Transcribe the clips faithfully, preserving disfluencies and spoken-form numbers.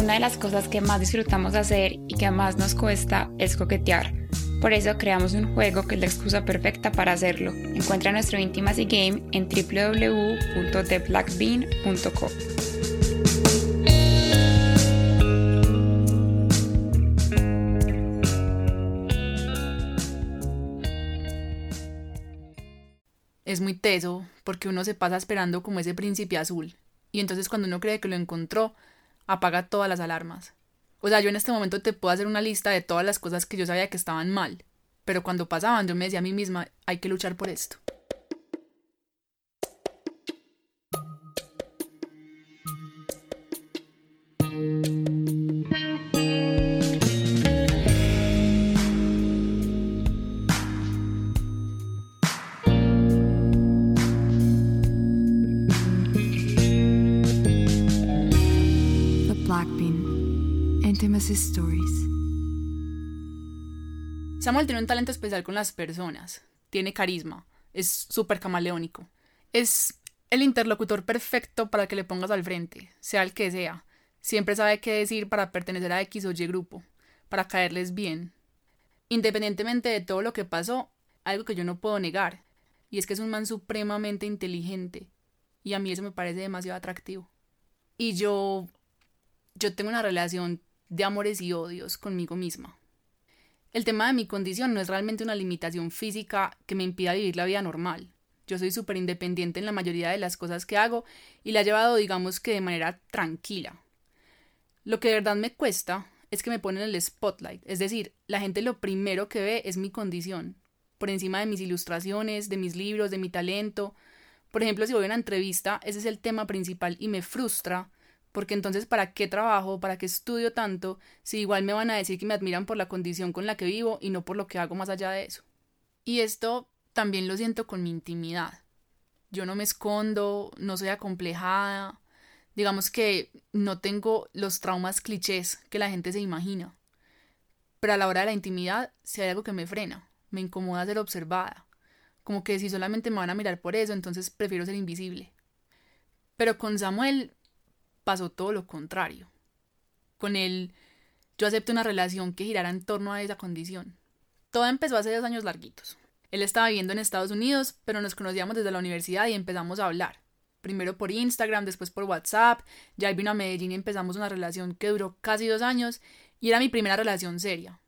Una de las cosas que más disfrutamos hacer y que más nos cuesta es coquetear. Por eso creamos un juego que es la excusa perfecta para hacerlo. Encuentra nuestro Intimacy Game en w w w punto the black bean punto co. Es muy teso porque uno se pasa esperando como ese príncipe azul y entonces cuando uno cree que lo encontró, apaga todas las alarmas. O sea, yo en este momento te puedo hacer una lista de todas las cosas que yo sabía que estaban mal, pero cuando pasaban yo me decía a mí misma, hay que luchar por esto. Intimacy Stories. Samuel tiene un talento especial con las personas, tiene carisma, es súper camaleónico. Es el interlocutor perfecto para que le pongas al frente, sea el que sea. Siempre sabe qué decir para pertenecer a X o Y grupo, para caerles bien. Independientemente de todo lo que pasó, algo que yo no puedo negar, y es que es un man supremamente inteligente, y a mí eso me parece demasiado atractivo. Y yo, yo tengo una relación de amores y odios conmigo misma. El tema de mi condición no es realmente una limitación física que me impida vivir la vida normal. Yo soy súper independiente en la mayoría de las cosas que hago y la he llevado, digamos que de manera tranquila. Lo que de verdad me cuesta es que me ponen el spotlight, es decir, la gente lo primero que ve es mi condición, por encima de mis ilustraciones, de mis libros, de mi talento. Por ejemplo, si voy a una entrevista, ese es el tema principal y me frustra, porque entonces ¿para qué trabajo, para qué estudio tanto, si igual me van a decir que me admiran por la condición con la que vivo y no por lo que hago más allá de eso? Y esto también lo siento con mi intimidad. Yo no me escondo, no soy acomplejada, digamos que no tengo los traumas clichés que la gente se imagina. Pero a la hora de la intimidad, si hay algo que me frena, me incomoda ser observada, como que si solamente me van a mirar por eso, entonces prefiero ser invisible. Pero con Samuel pasó todo lo contrario. Con él, yo acepté una relación que girara en torno a esa condición. Todo empezó hace dos años larguitos. Él estaba viviendo en Estados Unidos, pero nos conocíamos desde la universidad y empezamos a hablar. Primero por Instagram, después por WhatsApp. Ya él vino a Medellín y empezamos una relación que duró casi dos años y era mi primera relación seria.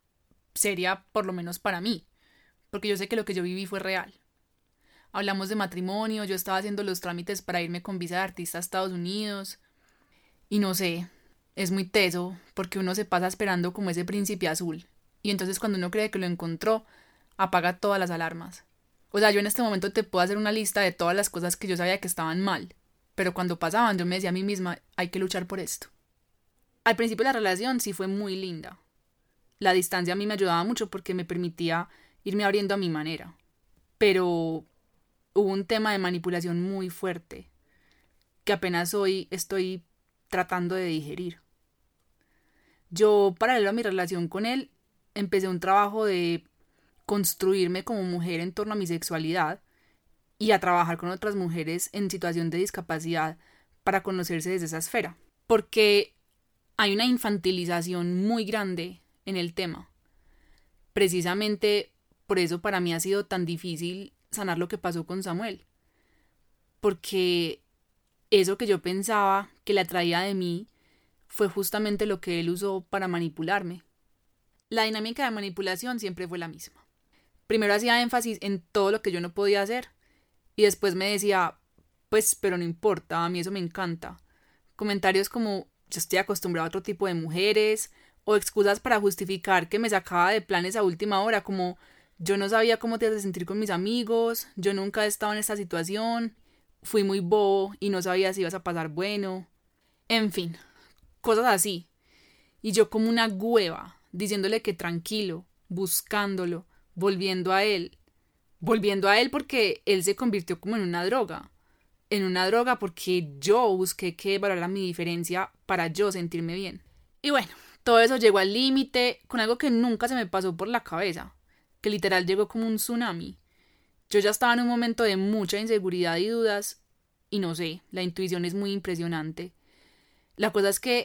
Seria, por lo menos para mí, porque yo sé que lo que yo viví fue real. Hablamos de matrimonio, yo estaba haciendo los trámites para irme con visa de artista a Estados Unidos. Y no sé, es muy teso porque uno se pasa esperando como ese príncipe azul. Y entonces cuando uno cree que lo encontró, apaga todas las alarmas. O sea, yo en este momento te puedo hacer una lista de todas las cosas que yo sabía que estaban mal. Pero cuando pasaban yo me decía a mí misma, hay que luchar por esto. Al principio la relación sí fue muy linda. La distancia a mí me ayudaba mucho porque me permitía irme abriendo a mi manera. Pero hubo un tema de manipulación muy fuerte que apenas hoy estoy tratando de digerir. Yo, paralelo a mi relación con él, empecé un trabajo de construirme como mujer en torno a mi sexualidad y a trabajar con otras mujeres en situación de discapacidad para conocerse desde esa esfera. Porque hay una infantilización muy grande en el tema. Precisamente por eso para mí ha sido tan difícil sanar lo que pasó con Samuel. Porque eso que yo pensaba que le atraía de mí fue justamente lo que él usó para manipularme. La dinámica de manipulación siempre fue la misma. Primero hacía énfasis en todo lo que yo no podía hacer y después me decía, pues, pero no importa, a mí eso me encanta. Comentarios como, yo estoy acostumbrado a otro tipo de mujeres, o excusas para justificar que me sacaba de planes a última hora, como, yo no sabía cómo te haces sentir con mis amigos, yo nunca he estado en esta situación, fui muy bobo y no sabía si ibas a pasar bueno. En fin, cosas así. Y yo como una hueva, diciéndole que tranquilo, buscándolo, volviendo a él. Volviendo a él porque él se convirtió como en una droga. En una droga porque yo busqué que valorara mi diferencia para yo sentirme bien. Y bueno, todo eso llegó al límite con algo que nunca se me pasó por la cabeza, que literal llegó como un tsunami. Yo ya estaba en un momento de mucha inseguridad y dudas, y no sé, la intuición es muy impresionante. La cosa es que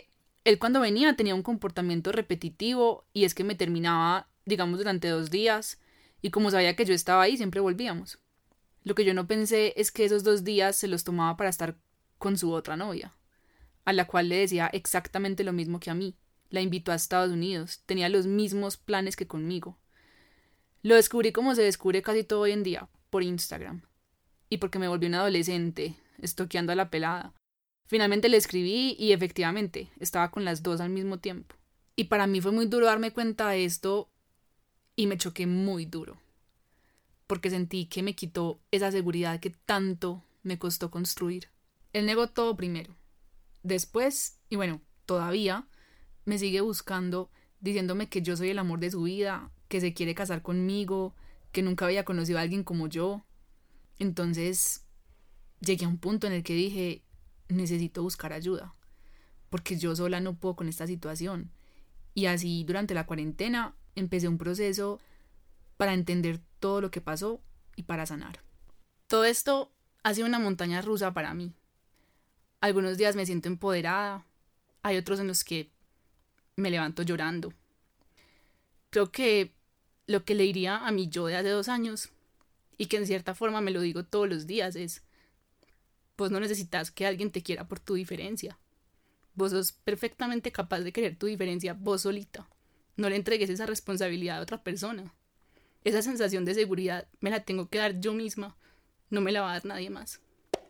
Él cuando venía tenía un comportamiento repetitivo y es que me terminaba, digamos, durante dos días y como sabía que yo estaba ahí, siempre volvíamos. Lo que yo no pensé es que esos dos días se los tomaba para estar con su otra novia, a la cual le decía exactamente lo mismo que a mí. La invitó a Estados Unidos, tenía los mismos planes que conmigo. Lo descubrí como se descubre casi todo hoy en día, por Instagram. Y porque me volví un adolescente, estoqueando a la pelada. Finalmente le escribí y efectivamente estaba con las dos al mismo tiempo. Y para mí fue muy duro darme cuenta de esto y me choqué muy duro. Porque sentí que me quitó esa seguridad que tanto me costó construir. Él negó todo primero. Después, y bueno, todavía, me sigue buscando diciéndome que yo soy el amor de su vida, que se quiere casar conmigo, que nunca había conocido a alguien como yo. Entonces, llegué a un punto en el que dije, necesito buscar ayuda, porque yo sola no puedo con esta situación. Y así, durante la cuarentena, empecé un proceso para entender todo lo que pasó y para sanar. Todo esto ha sido una montaña rusa para mí. Algunos días me siento empoderada, hay otros en los que me levanto llorando. Creo que lo que le diría a mi yo de hace dos años, y que en cierta forma me lo digo todos los días, es: vos no necesitas que alguien te quiera por tu diferencia. Vos sos perfectamente capaz de querer tu diferencia vos solita. No le entregues esa responsabilidad a otra persona. Esa sensación de seguridad me la tengo que dar yo misma. No me la va a dar nadie más.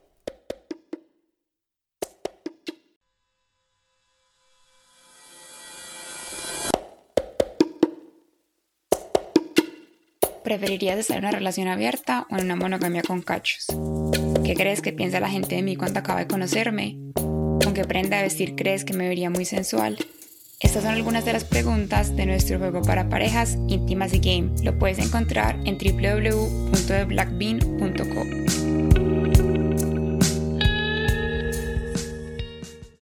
¿Preferirías estar en una relación abierta o en una monogamia con cachos? ¿Qué crees que piensa la gente de mí cuando acaba de conocerme? ¿Con qué prenda de vestir crees que me vería muy sensual? Estas son algunas de las preguntas de nuestro juego para parejas, Intimacy Game. Lo puedes encontrar en w w w punto the black bean punto co.